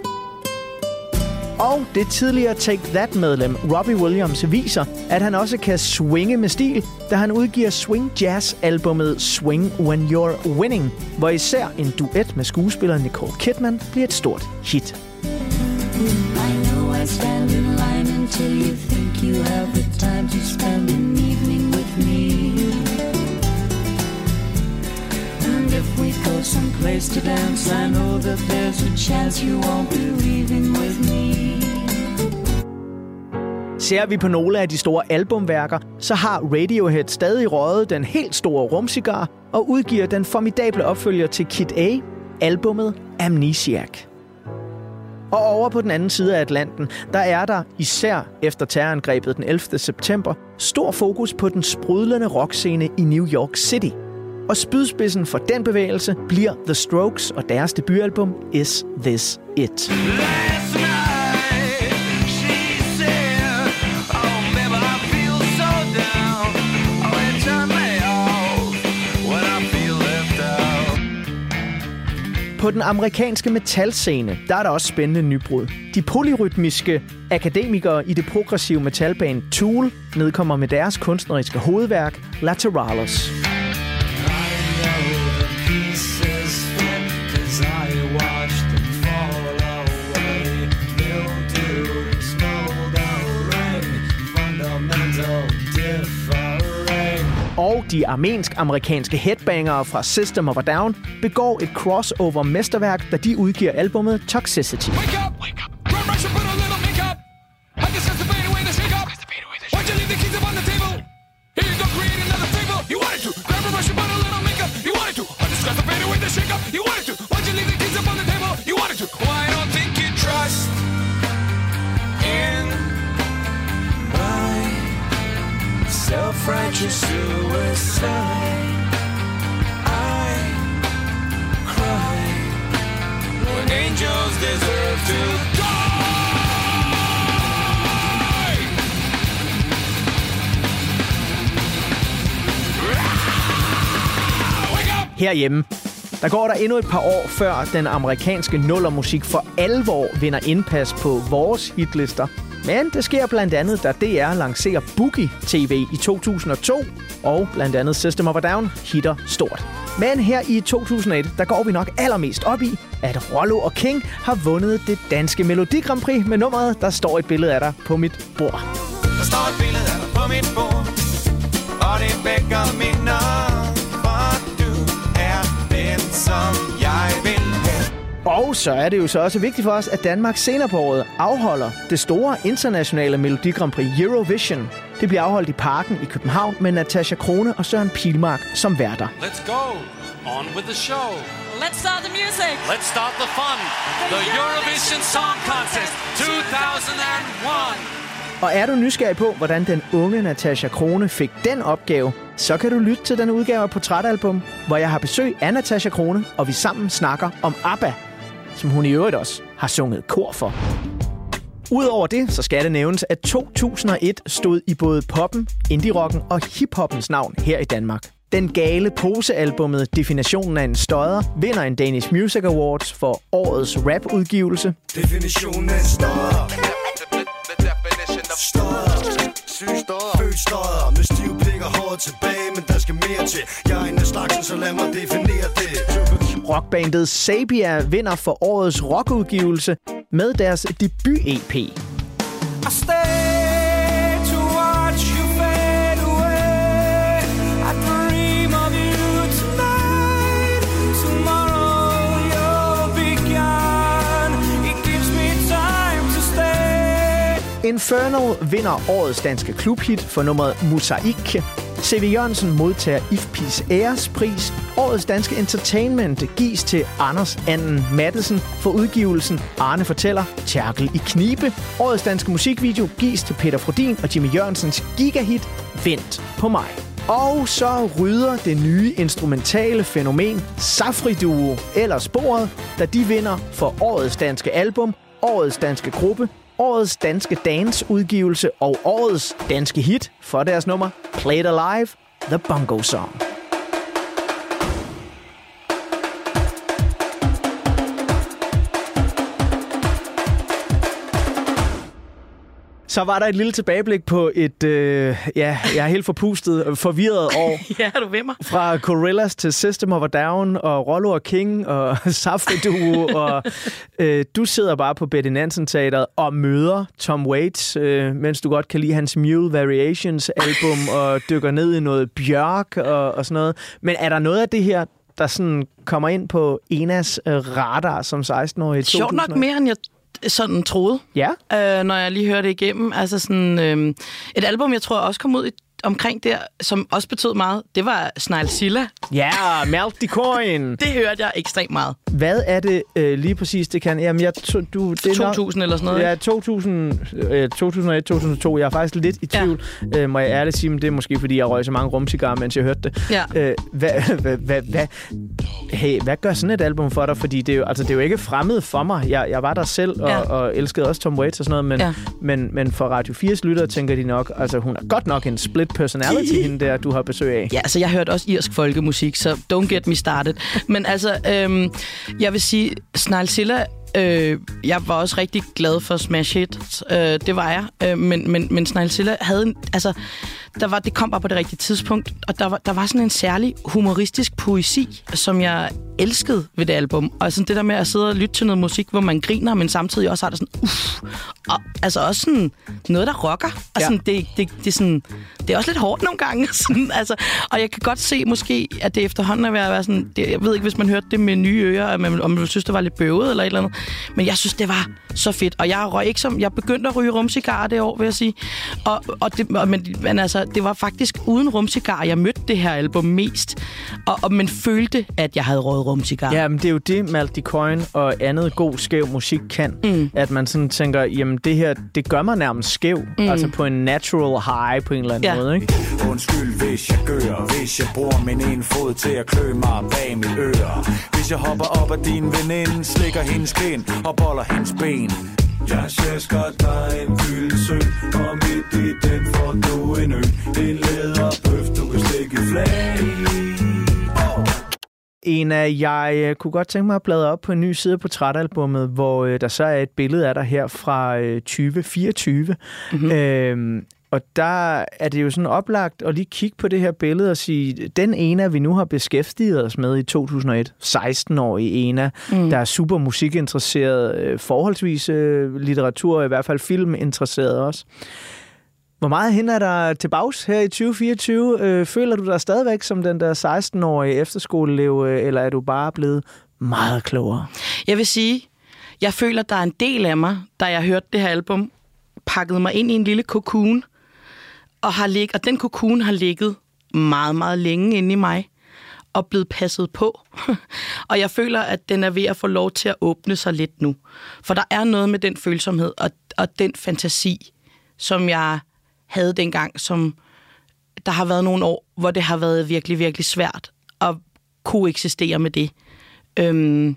Og det tidligere Take That-medlem Robbie Williams viser, at han også kan swinge med stil, da han udgiver swing jazz-albummet Swing When You're Winning, hvor især en duet med skuespiller Nicole Kidman bliver et stort hit. I know I stand in line until you think you have the time to spend an evening with me. And if we go someplace to dance, I know that there's a chance you won't be leaving with me. Ser vi på nogle af de store albumværker, så har Radiohead stadig røget den helt store rumcigar og udgiver den formidable opfølger til Kid A, albummet Amnesiac. Og over på den anden side af Atlanten, der er der, især efter terrorangrebet den ellevte september, stor fokus på den sprudlende rockscene i New York City. Og spydspidsen for den bevægelse bliver The Strokes og deres debutalbum Is This It? På den amerikanske metalscene, der er der også spændende nybrud. De polyrytmiske akademikere i det progressive metalband Tool nedkommer med deres kunstneriske hovedværk Lateralus. de armensk-amerikanske headbangere fra System of a Down begår et crossover-mesterværk, da de udgiver albumet Toxicity. Wake up! Wake up! Run, rush, and put a little makeup. I can sense the fade away, the shake up. Why'd you leave the keys up on the table? Here you go, create another fable. You wanted to. Grab a brush and put a little makeup. You wanted to. I discuss the fade away, the shake up. You wanted to. Why'd you leave the keys up on the table? You wanted to. Well, I don't think you trust in my self-righteous suicide. I cry when angels deserve to die. Herhjemme, der går der endnu et par år før den amerikanske nullermusik for alvor vinder indpas på vores hitlister. Men det sker blandt andet, da D R lancerer Boogie T V i to tusind og to, og blandt andet System of a Down hitter stort. Men her i to tusind og et, der går vi nok allermest op i, at Rollo og King har vundet det danske Melodi Grand Prix med nummeret, der står et billede af dig på mit bord. Der står et billede af dig på mit bord, og det vækker minder, for du er den, som jeg vil have. Og så er det jo så også vigtigt for os, at Danmark senere på året afholder det store internationale Melodi Grand Prix Eurovision. Det bliver afholdt i Parken i København med Natasja Crone og Søren Pilmark som værter. Let's go. On with the show. Let's start the music. Let's start the fun. The Eurovision Song Contest to thousand one. Og er du nysgerrig på, hvordan den unge Natasja Crone fik den opgave, så kan du lytte til den udgave af Portrætalbum, hvor jeg har besøg af Natasja Crone, og vi sammen snakker om ABBA, som hun i øvrigt også har sunget kor for. Udover det, så skal det nævnes, at to tusind og et stod i både poppen, indie-rocken og hip-hoppens navn her i Danmark. Den gale posealbummet Definitionen af en stodder vinder en Danish Music Awards for årets rap-udgivelse. Definitionen af en stodder. Stodder. Syg stodder. Født stodder. Med stiv pik og håret tilbage, men der skal mere til. Jeg er en af slagsen, så lad mig definere det. Rockbandet Sabia vinder for årets rockudgivelse med deres debut-E P. I stay to watch you fade away. I dream of you tonight. Tomorrow you'll be gone. It gives me time to stay. Infernal vinder årets danske klubhit for nummeret Mosaik. C V Jørgensen modtager I F P I's ærespris. Årets danske entertainment gives til Anders Anden Mattesen for udgivelsen Arne fortæller Tjerkel i knibe. Årets danske musikvideo gives til Peter Frodin og Jimmy Jørgensens gigahit Vent på mig. Og så rydder det nye instrumentale fænomen Safri Duo eller Sporet, da de vinder for årets danske album, årets danske gruppe, årets danske dance-udgivelse og årets danske hit for deres nummer Played Alive, The Bongo Song. Så var der et lille tilbageblik på et, øh, ja, jeg er helt forpustet, forvirret år. Ja, du ved mig. Fra Gorillaz til System of a Down, og Rollo og King, og Safri Duo, og øh, du sidder bare på Betty Nansen Teatret og møder Tom Waits, øh, mens du godt kan lide hans Mule Variations album, og dykker ned i noget Bjørk og, og sådan noget. Men er der noget af det her, der sådan kommer ind på Enas øh, radar som seksten-årig i to tusind? Sjovt nok mere, end jeg sådan troede, ja. øh, når jeg lige hørte det igennem. Altså sådan, øh, et album, jeg tror også kom ud i, omkring der, som også betød meget, det var Snegl-Silla. Ja, Melt the Coin. Det hørte jeg ekstremt meget. Hvad er det øh, lige præcis, det kan? Jamen, jeg, to, du, det to tusind nok, eller sådan noget, ja, to tusind, øh, to tusind og et, to tusind og to. Jeg er faktisk lidt i tvivl, ja. øh, må jeg ærligt sige, men det er måske, fordi jeg røg så mange rumcigarer, mens jeg hørte det. Ja. Øh, hvad, hvad, hvad, hvad, hey, hvad gør sådan et album for dig? Fordi det er jo, altså, det er jo ikke fremmed for mig. Jeg, jeg var der selv og, ja. og elskede også Tom Waits og sådan noget, men, ja. men, men for Radio fires lyttere tænker de nok, altså hun er godt nok en split personality, hende der, du har besøg af. Ja, altså jeg hørte også irsk folkemusik, så don't get me started. Men altså, øhm, jeg vil sige, Snegl-Silla Øh, jeg var også rigtig glad for Smash Hit. Øh, det var jeg. Øh, men, men, men Sneglezilla havde en, altså, der var, det kom bare på det rigtige tidspunkt, og der var, der var sådan en særlig humoristisk poesi, som jeg elskede ved det album. Og sådan det der med at sidde og lytte til noget musik, hvor man griner, men samtidig også har det sådan, uff, og altså også sådan noget, der rocker. Og sådan, ja. det, det, det, er sådan, det er også lidt hårdt nogle gange. Sådan, altså, og jeg kan godt se måske, at det efterhånden er ved at være sådan, det, jeg ved ikke, hvis man hørte det med nye ører, om man, om man synes, det var lidt bøvet eller et eller andet, men jeg synes, det var så fedt. Og jeg røg ikke som, jeg begyndte at ryge rumcigarer det år, vil jeg sige. Og, og det, men, men altså, det var faktisk uden rumcigarer, jeg mødte det her album mest. Og, og man følte, at jeg havde røget rumcigarer. Ja, men det er jo det, Malthe Coin og andet god, skæv musik kan. Mm. At man sådan tænker, jamen det her, det gør mig nærmest skæv. Mm. Altså på en natural high på en eller anden ja. måde, ikke? Undskyld, hvis jeg gør, hvis jeg bruger min ene fod til at klø mig bag mit øre. Hvis jeg hopper op af din veninde, slikker hendes kind og boller hendes ben. Jeg sjasker dig en gyldsø, og midt i den får du en ø. En læderbøf, du kan stikke flag i. En af, jeg kunne godt tænke mig at bladre op på en ny side af portrætalbummet, hvor øh, der så er et billede af dig her fra øh, tyve fireogtyve. Mm-hmm. Øhm, og der er det jo sådan oplagt at lige kigge på det her billede og sige, den Ena, vi nu har beskæftiget os med i to tusind og et, seksten-årig Ena, mm. der er super musikinteresseret, øh, forholdsvis øh, litteratur, i hvert fald filminteresseret også. Hvor meget hen er der tilbage her i tyve fireogtyve? Øh, føler du dig stadigvæk som den der seksten-årige efterskoleelev, øh, eller er du bare blevet meget klogere? Jeg vil sige, jeg føler, der er en del af mig, da jeg hørte det her album, pakket mig ind i en lille cocoon, og, har lig- og den cocoon har ligget meget, meget længe inde i mig, og blevet passet på. Og jeg føler, at den er ved at få lov til at åbne sig lidt nu. For der er noget med den følsomhed og, og den fantasi, som jeg havde dengang, som der har været nogle år, hvor det har været virkelig, virkelig svært at kunne eksistere med det. Øhm,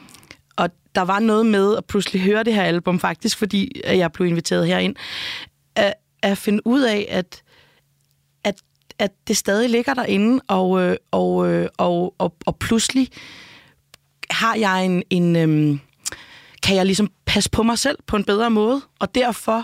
og der var noget med at pludselig høre det her album, faktisk, fordi jeg blev inviteret herind, at, at finde ud af, at, at, at det stadig ligger derinde, og, og, og, og, og pludselig har jeg en, en øhm, kan jeg ligesom passe på mig selv på en bedre måde, og derfor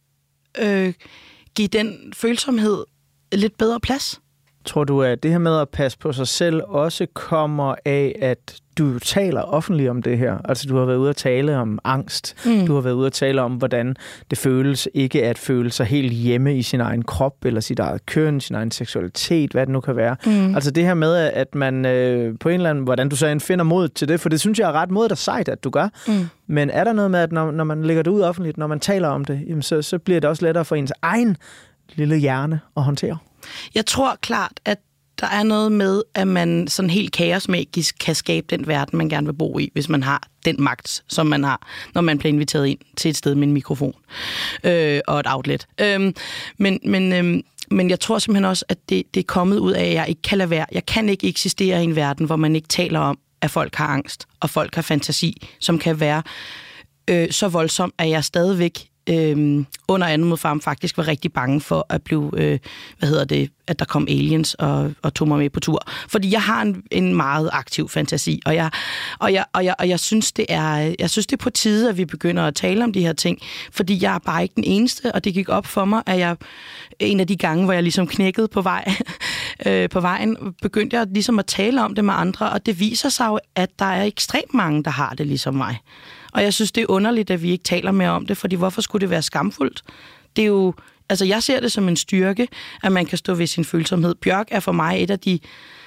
øh, give den følsomhed lidt bedre plads. Tror du, at det her med at passe på sig selv også kommer af, at du taler offentligt om det her? Altså, du har været ude at tale om angst. Mm. Du har været ude at tale om, hvordan det føles ikke at føle sig helt hjemme i sin egen krop, eller sit eget køn, sin egen seksualitet, hvad det nu kan være. Mm. Altså det her med, at man øh, på en eller anden, hvordan du så finder mod til det, for det synes jeg er ret modigt og sejt, at du gør. Mm. Men er der noget med, at når, når man lægger det ud offentligt, når man taler om det, jamen så, så bliver det også lettere for ens egen lille hjerne at håndtere? Jeg tror klart, at der er noget med, at man sådan helt kaosmagisk kan skabe den verden, man gerne vil bo i, hvis man har den magt, som man har, når man bliver inviteret ind til et sted med en mikrofon øh, og et outlet. Øh, men, men, øh, men jeg tror simpelthen også, at det, det er kommet ud af, at jeg ikke kan lade være. Jeg kan ikke eksistere i en verden, hvor man ikke taler om, at folk har angst, og folk har fantasi, som kan være øh, så voldsom, at jeg stadigvæk Øhm, under anden modfarm faktisk var rigtig bange for at blive, øh, hvad hedder det, at der kom aliens og, og tog mig med på tur. Fordi jeg har en, en meget aktiv fantasi, og jeg, og, jeg, og, jeg, og jeg synes, det er, jeg synes, det er på tide, at vi begynder at tale om de her ting, fordi jeg er bare ikke den eneste, og det gik op for mig, at jeg en af de gange, hvor jeg ligesom knækkede på, vej, øh, på vejen, begyndte jeg ligesom at tale om det med andre, og det viser sig jo, at der er ekstremt mange, der har det ligesom mig. Og jeg synes, det er underligt, at vi ikke taler mere om det, fordi hvorfor skulle det være skamfuldt? Det er jo, altså jeg ser det som en styrke, at man kan stå ved sin følsomhed. Bjørk er for mig et af de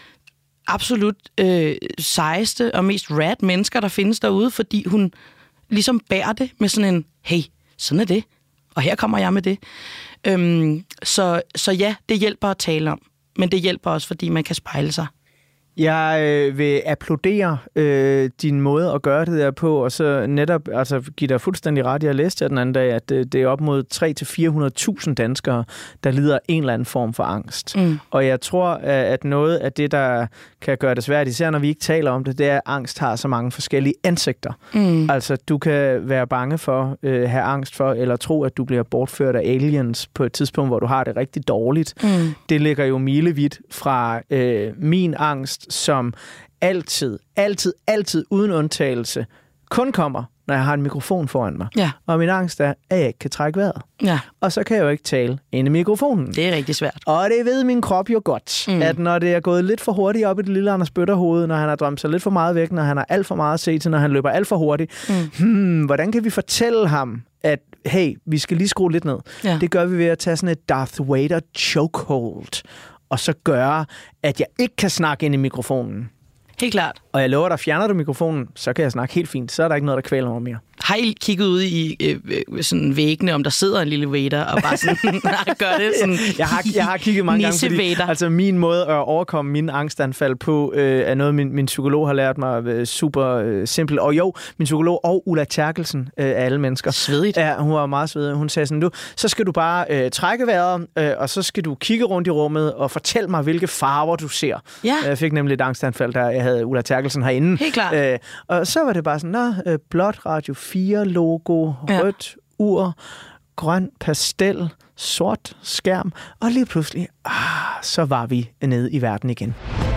absolut øh, sejeste og mest rad mennesker, der findes derude, fordi hun ligesom bærer det med sådan en, hey, sådan er det, og her kommer jeg med det. Øhm, så, så ja, det hjælper at tale om, men det hjælper også, fordi man kan spejle sig. Jeg øh, vil applaudere øh, din måde at gøre det der på, og så netop altså, give dig fuldstændig ret. Jeg læste her den anden dag, at det, det er op mod tre hundrede til fire hundrede tusind danskere, der lider en eller anden form for angst. Mm. Og jeg tror, at noget af det, der kan gøre det svært, især når vi ikke taler om det, det er, at angst har så mange forskellige ansigter. Mm. Altså, du kan være bange for, øh, have angst for, eller tro, at du bliver bortført af aliens på et tidspunkt, hvor du har det rigtig dårligt. Mm. Det ligger jo milevidt fra øh, min angst, som altid, altid, altid uden undtagelse kun kommer, når jeg har en mikrofon foran mig. Ja. Og min angst er, at jeg ikke kan trække vejret. Ja. Og så kan jeg jo ikke tale ind i mikrofonen. Det er rigtig svært. Og det ved min krop jo godt, mm. at når det er gået lidt for hurtigt op i det lille Anders Bøtter-hoved, når han har drømt sig lidt for meget væk, når han har alt for meget at se til, når han løber alt for hurtigt, mm. hmm, hvordan kan vi fortælle ham, at hey, vi skal lige skrue lidt ned? Ja. Det gør vi ved at tage sådan et Darth Vader chokehold, og så gøre, at jeg ikke kan snakke ind i mikrofonen. Helt klart. Og jeg lover dig, fjerner du mikrofonen, så kan jeg snakke helt fint. Så er der ikke noget, der kvæler mig mere. Har I kigget ud i øh, sådan væggene, om der sidder en lille Vader, og bare sådan, gør det sådan... Jeg har, jeg har kigget mange gange, fordi altså, min måde at overkomme mine angstanfald på, øh, er noget, min, min psykolog har lært mig øh, super øh, simpelt. Og jo, min psykolog og Ulla Terkelsen øh, af alle mennesker. Svedigt. Ja, hun var meget svedig. Hun sagde sådan, du, så skal du bare øh, trække vejret, øh, og så skal du kigge rundt i rummet og fortælle mig, hvilke farver du ser. Ja. Jeg fik nemlig et angstanfald, da jeg havde Ulla Terkelsen herinde. Helt klart. Øh, og så var det bare sådan, nå, øh, blåt Radio fire logo, ja. Rødt ur, grøn pastel, sort skærm, og lige pludselig, ah, så var vi nede i verden igen.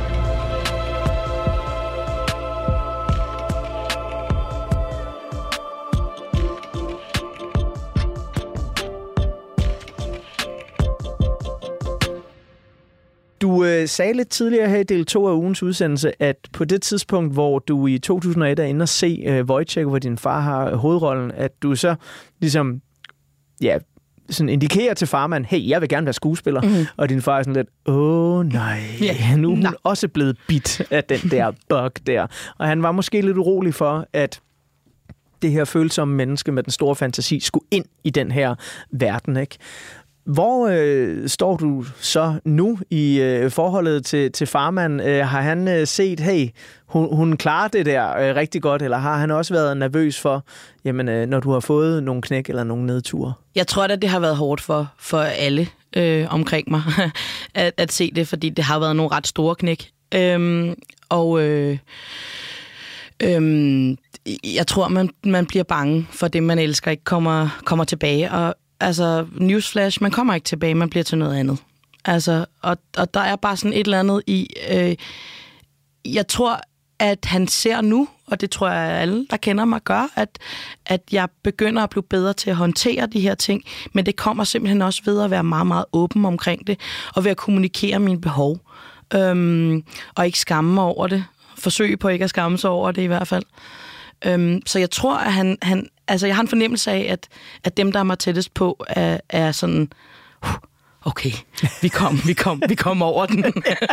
Du øh, sagde lidt tidligere her i del to af ugens udsendelse, at på det tidspunkt, hvor du i to tusind og et er inde og se øh, Wojciech, hvor din far har hovedrollen, at du så ligesom, ja, sådan indikerer til farmand, hey, jeg vil gerne være skuespiller. Mm-hmm. Og din far er sådan lidt, åh nej, yeah. nu er hun også blevet bit af den der bug der. Og han var måske lidt urolig for, at det her følsomme menneske med den store fantasi skulle ind i den her verden, ikke? Hvor øh, står du så nu i øh, forholdet til, til farmand? Øh, har han øh, set, hey, hun, hun klarer det der øh, rigtig godt, eller har han også været nervøs for, jamen, øh, når du har fået nogle knæk eller nogle nedture? Jeg tror at det har været hårdt for, for alle øh, omkring mig at, at se det, fordi det har været nogle ret store knæk. Øhm, og øh, øh, jeg tror, man, man bliver bange for det, man elsker, ikke kommer, kommer tilbage, og altså, newsflash, man kommer ikke tilbage, man bliver til noget andet. Altså, og, og der er bare sådan et eller andet i... Øh, jeg tror, at han ser nu, og det tror jeg, at alle, der kender mig, gør, at, at jeg begynder at blive bedre til at håndtere de her ting, men det kommer simpelthen også ved at være meget, meget åben omkring det, og ved at kommunikere mine behov, øhm, og ikke skamme mig over det. Forsøge på ikke at skamme sig over det i hvert fald. Øhm, så jeg tror, at han... han altså, jeg har en fornemmelse af, at, at dem, der er mig tættest på, er, er sådan... Uh, okay, vi kom, vi kom, vi kom over den.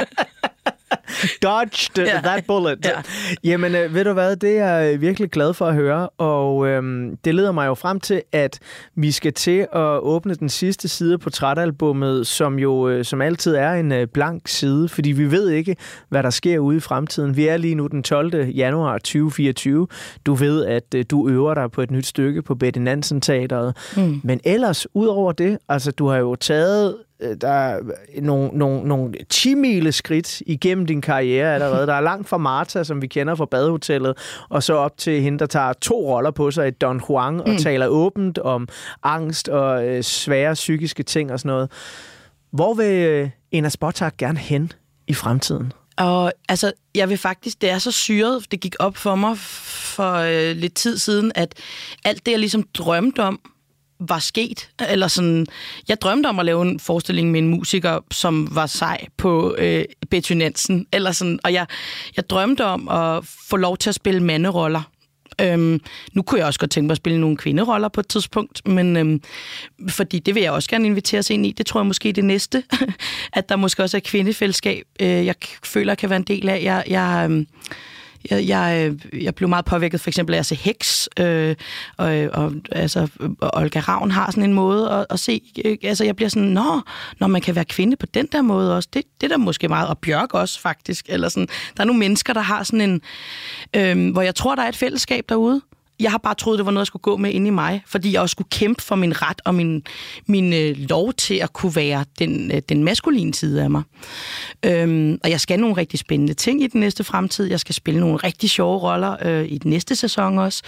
Dodged yeah. that bullet. Yeah. Jamen, øh, ved du hvad, det er jeg virkelig glad for at høre, og øhm, det leder mig jo frem til, at vi skal til at åbne den sidste side af portrætalbummet, som jo øh, som altid er en øh, blank side, fordi vi ved ikke, hvad der sker ude i fremtiden. Vi er lige nu den tolvte januar tyve fireogtyve. Du ved, at øh, du øver dig på et nyt stykke på Betty Nansen Teatret. Mm. Men ellers, ud over det, altså du har jo taget der er nogle, nogle, nogle ti-mile skridt igennem din karriere allerede. Der er langt fra Martha, som vi kender fra Badehotellet, og så op til hende, der tager to roller på sig i Don Juan og mm. taler åbent om angst og øh, svære psykiske ting og sådan noget. Hvor vil øh, Ena Spottak gerne hen i fremtiden? Og altså, jeg vil faktisk, det er så syret, det gik op for mig for øh, lidt tid siden, at alt det, jeg ligesom drømte om, var sket, eller sådan, jeg drømte om at lave en forestilling med en musiker, som var sej på øh, Betty Nansen, eller sådan, og jeg, jeg drømte om at få lov til at spille manderoller. Øhm, nu kunne jeg også godt tænke mig at spille nogle kvinderoller på et tidspunkt, men øhm, fordi det vil jeg også gerne inviteres ind i. Det tror jeg måske er det næste, at der måske også er kvindefællesskab, øh, jeg føler, jeg kan være en del af. Jeg, jeg øh, Jeg, jeg, jeg blev meget påvirket for eksempel af at se Heks, øh, og, og altså, Olga Ravn har sådan en måde at, at se, øh, altså jeg bliver sådan, nå, når man kan være kvinde på den der måde også, det, det er der måske meget, og Bjørk også faktisk, eller sådan, der er nogle mennesker, der har sådan en, øh, hvor jeg tror, der er et fællesskab derude. Jeg har bare troet, det var noget, jeg skulle gå med ind i mig, fordi jeg også skulle kæmpe for min ret og min, min øh, lov til at kunne være den, øh, den maskuline side af mig. Øhm, og jeg skal nogle rigtig spændende ting i den næste fremtid. Jeg skal spille nogle rigtig sjove roller øh, i den næste sæson også.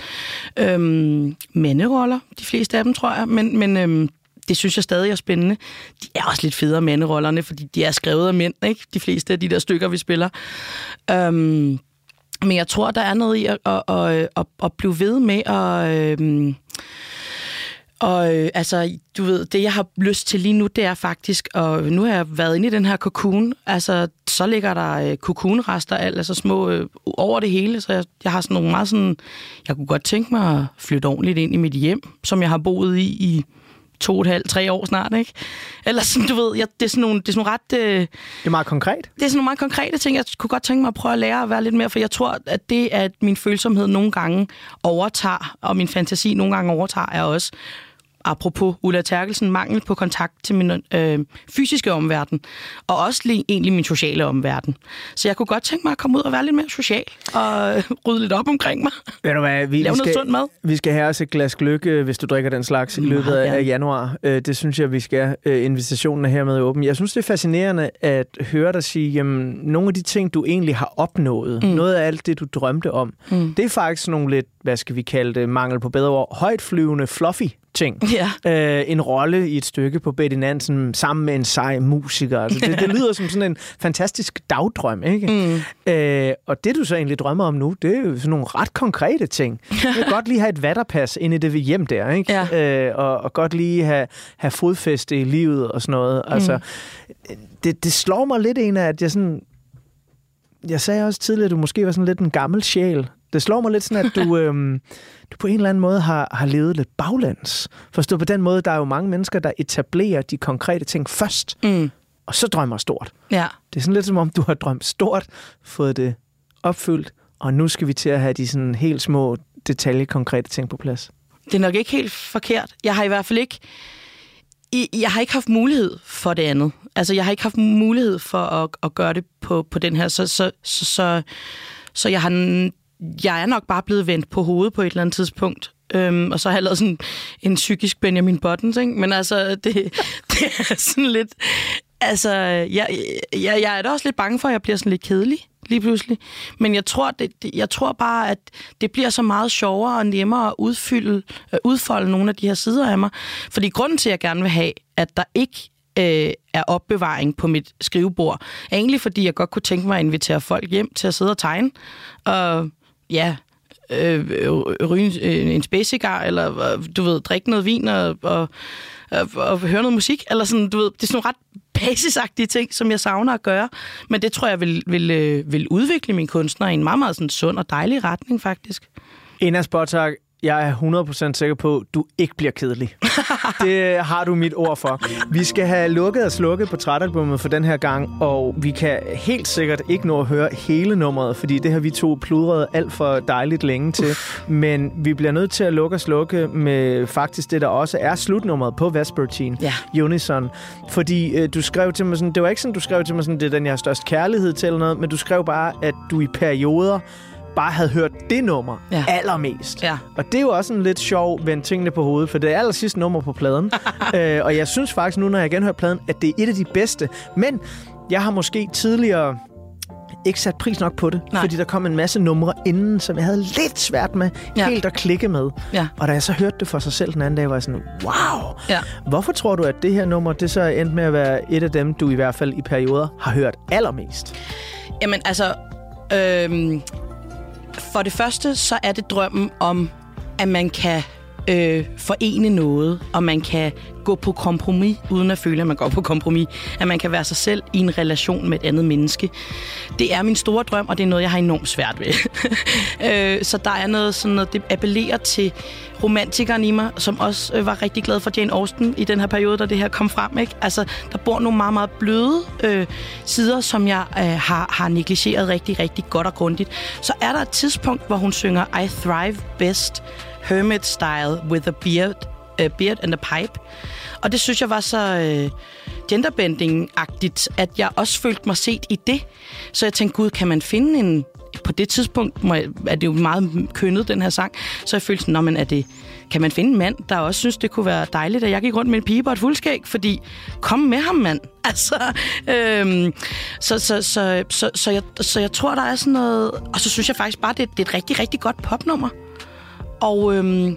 Øhm, manderoller, de fleste af dem, tror jeg. Men, men øhm, det synes jeg stadig er spændende. De er også lidt federe, manderollerne, fordi de er skrevet af mænd, ikke? De fleste af de der stykker, vi spiller. Øhm, Men jeg tror, der er noget i at, at, at, at, at blive ved med at... Øh, og øh, altså, du ved, det jeg har lyst til lige nu, det er faktisk, og nu har jeg været inde i den her cocoon, altså, så ligger der øh, cocoonrester, altså små øh, over det hele, så jeg, jeg har sådan nogle meget sådan, jeg kunne godt tænke mig at flytte ordentligt ind i mit hjem, som jeg har boet i i to og et halvt, tre år snart, ikke? Eller sådan, du ved, jeg, det er sådan nogle, det er sådan nogle ret... Øh, det er meget konkret. Det er sådan nogle meget konkrete ting, jeg kunne godt tænke mig at prøve at lære at være lidt mere, for jeg tror, at det, at min følsomhed nogle gange overtager, og min fantasi nogle gange overtager, er også... Apropos Ulla Terkelsen, mangel på kontakt til min øh, fysiske omverden, og også lige, egentlig min sociale omverden. Så jeg kunne godt tænke mig at komme ud og være lidt mere social, og øh, rydde lidt op omkring mig. Ved du hvad, vi, Lave vi noget skal, sund mad. Vi skal have os et glas gløgg, hvis du drikker den slags, i løbet af, af januar. Det synes jeg, vi skal. Invitationen er hermed åben. Jeg synes, det er fascinerende at høre dig sige, jamen, nogle af de ting, du egentlig har opnået, mm. noget af alt det, du drømte om, mm. det er faktisk nogle lidt, hvad skal vi kalde det, mangel på bedre ord, højtflyvende, fluffy ting. Yeah. Øh, en rolle i et stykke på Betty Nansen sammen med en sej musiker. Altså, det, det lyder som sådan en fantastisk dagdrøm, ikke? Mm. Øh, og det, du så egentlig drømmer om nu, det er jo sådan nogle ret konkrete ting. Jeg kan godt lige have et vatterpas ind i det ved hjem der, ikke? Yeah. Øh, og, og godt lige have, have fodfæste i livet og sådan noget. Altså, mm. det, det slår mig lidt en af, at jeg sådan... Jeg sagde også tidligere, at du måske var sådan lidt en gammel sjæl. Det slår mig lidt sådan, at du, øhm, du på en eller anden måde har, har levet lidt baglands. Forstå på den måde, der er jo mange mennesker, der etablerer de konkrete ting først, mm. og så drømmer stort. Ja. Det er sådan lidt som om, du har drømt stort, fået det opfyldt, og nu skal vi til at have de sådan helt små detaljekonkrete ting på plads. Det er nok ikke helt forkert. Jeg har i hvert fald ikke... Jeg har ikke haft mulighed for det andet. Altså, jeg har ikke haft mulighed for at, at gøre det på, på den her. Så, så, så, så, så jeg, har, jeg er nok bare blevet vendt på hovedet på et eller andet tidspunkt. Øhm, og så har jeg lavet sådan en psykisk Benjamin Buttons, ikke? Men altså, det, det er sådan lidt... Altså, jeg, jeg, jeg er da også lidt bange for, at jeg bliver sådan lidt kedelig lige pludselig. Men jeg tror, det, jeg tror bare, at det bliver så meget sjovere og nemmere at udfylde, udfolde nogle af de her sider af mig. Fordi grunden til, at jeg gerne vil have, at der ikke øh, er opbevaring på mit skrivebord, er egentlig, fordi jeg godt kunne tænke mig at invitere folk hjem til at sidde og tegne. Og ja... Øh, ryge en spæcigar, eller du ved, drikke noget vin og, og, og, og høre noget musik, eller sådan, du ved, det er sådan nogle ret basisagtige ting, som jeg savner at gøre, men det tror jeg vil, vil, vil udvikle min kunstner i en meget, meget sådan sund og dejlig retning, faktisk. Ina Spottak, jeg er hundrede procent sikker på, at du ikke bliver kedelig. Det har du mit ord for. Vi skal have lukket og slukket portrætalbummet for den her gang, og vi kan helt sikkert ikke nå at høre hele nummeret, fordi det har vi to pludret alt for dejligt længe til. Uff. Men vi bliver nødt til at lukke og slukke med faktisk det, der også er slutnummeret på Vespertine, ja. Unison. Fordi øh, du skrev til mig sådan, det var ikke sådan, du skrev til mig sådan, det er den, jeg har størst kærlighed til eller noget, men du skrev bare, at du i perioder bare havde hørt det nummer ja. allermest. Ja. Og det er jo også en lidt sjov vend tingene på hovedet, for det er aller sidste nummer på pladen. øh, og jeg synes faktisk nu, når jeg igen hører pladen, at det er et af de bedste. Men jeg har måske tidligere ikke sat pris nok på det, Nej. fordi der kom en masse numre inden, som jeg havde lidt svært med ja. helt at klikke med. Ja. Og da jeg så hørte det for sig selv den anden dag, var jeg sådan, wow! Ja. Hvorfor tror du, at det her nummer, det så endte med at være et af dem, du i hvert fald i perioder har hørt allermest? Jamen altså... Øhm For det første, så er det drømmen om, at man kan øh, forene noget, og man kan gå på kompromis, uden at føle, at man går på kompromis. At man kan være sig selv i en relation med et andet menneske. Det er min store drøm, og det er noget, jeg har enormt svært ved. øh, så der er noget sådan noget, det appellerer til romantikeren i mig, som også øh, var rigtig glad for Jane Austen i den her periode, da det her kom frem. Ikke? Altså, der bor nogle meget, meget bløde øh, sider, som jeg øh, har, har negligeret rigtig, rigtig godt og grundigt. Så er der et tidspunkt, hvor hun synger I thrive best, hermit style with a beard, uh, beard and a pipe. Og det synes jeg var så øh, genderbending-agtigt, at jeg også følte mig set i det. Så jeg tænkte, gud, kan man finde en... På det tidspunkt må jeg, er det jo meget kønnet, den her sang. Så jeg følte sådan, nå, men er det... Kan man finde en mand, der også synes, det kunne være dejligt, at jeg gik rundt med en pibe og et fuldskæg? Fordi, kom med ham, mand. Altså, øhm, så, så, så, så, så, jeg, så jeg tror, der er sådan noget... Og så synes jeg faktisk bare, det, det er et rigtig, rigtig godt popnummer. Og, øhm,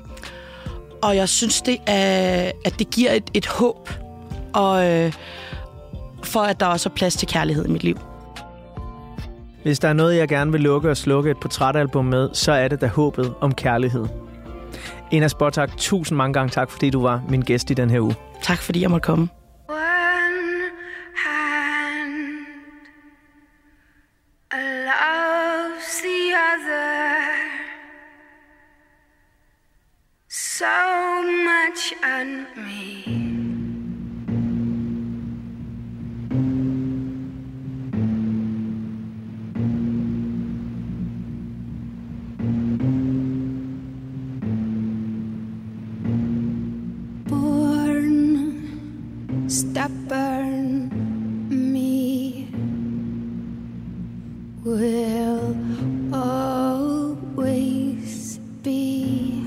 og jeg synes, det er, at det giver et, et håb. Og øh, for, at der også er plads til kærlighed i mit liv. Hvis der er noget, jeg gerne vil lukke og slukke et portrætalbum med, så er det da håbet om kærlighed. Ena Spotak, tusind mange gange tak, fordi du var min gæst i den her uge. Tak, fordi jeg måtte komme. One hand loves the other so much on me. Stubborn me will always be.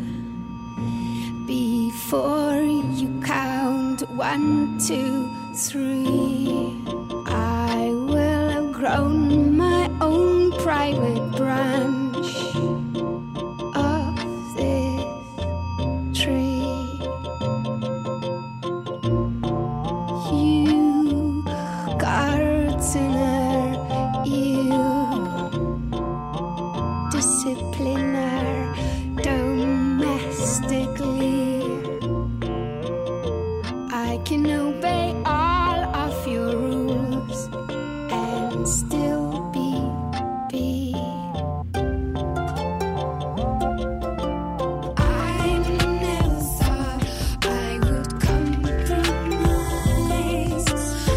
Before you count one, two, three, I will have grown my own private branch of this tree. Gardener, you discipliner domestically. I can obey all of your rules and still be be. I never thought I would compromise.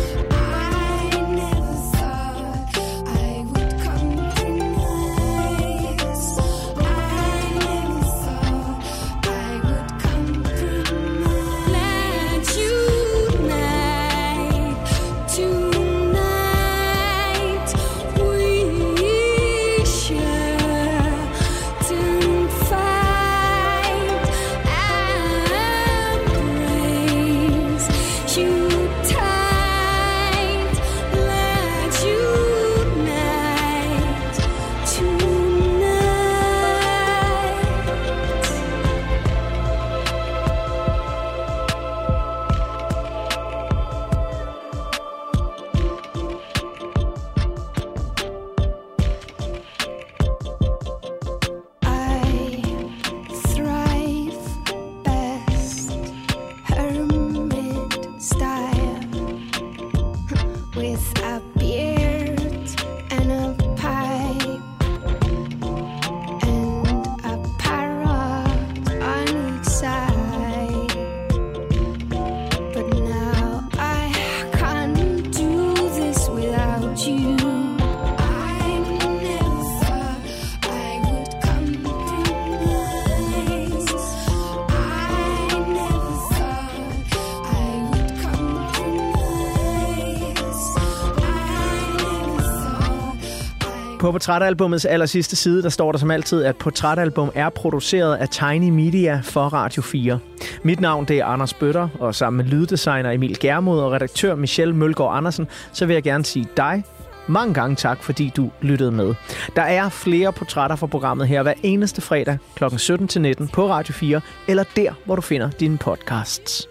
På portrætalbummets allersidste side, der står der som altid, at portrætalbum er produceret af Tiny Media for Radio fire. Mit navn det er Anders Bøtter, og sammen med lyddesigner Emil Germod og redaktør Michelle Mølgaard Andersen, så vil jeg gerne sige dig mange gange tak, fordi du lyttede med. Der er flere portrætter fra programmet her hver eneste fredag klokken sytten til nitten på Radio fire, eller der, hvor du finder dine podcasts.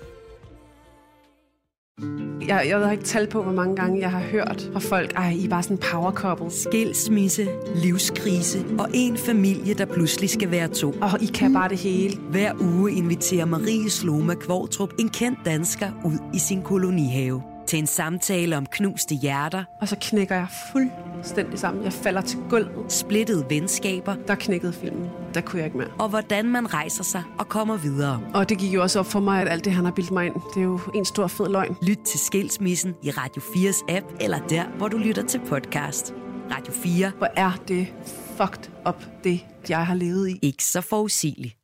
Jeg, jeg ved ikke tal på, hvor mange gange jeg har hørt fra folk, ej, I er bare sådan en power couple. Skilsmisse, livskrise og en familie, der pludselig skal være to. Og I kan bare det hele. Hver uge inviterer Marie Sloma Kvortrup en kendt dansker ud i sin kolonihave til en samtale om knuste hjerter. Og så knækker jeg fuldstændig sammen. Jeg falder til gulvet. Splittede venskaber. Der knækkede filmen. Der kunne jeg ikke mere. Og hvordan man rejser sig og kommer videre. Og det gik jo også op for mig, at alt det, han har bildt mig ind, det er jo en stor fed løgn. Lyt til Skilsmissen i Radio fires app, eller der, hvor du lytter til podcast. Radio fire. Hvor er det fucked up, det jeg har levet i. Ikke så forudsigeligt.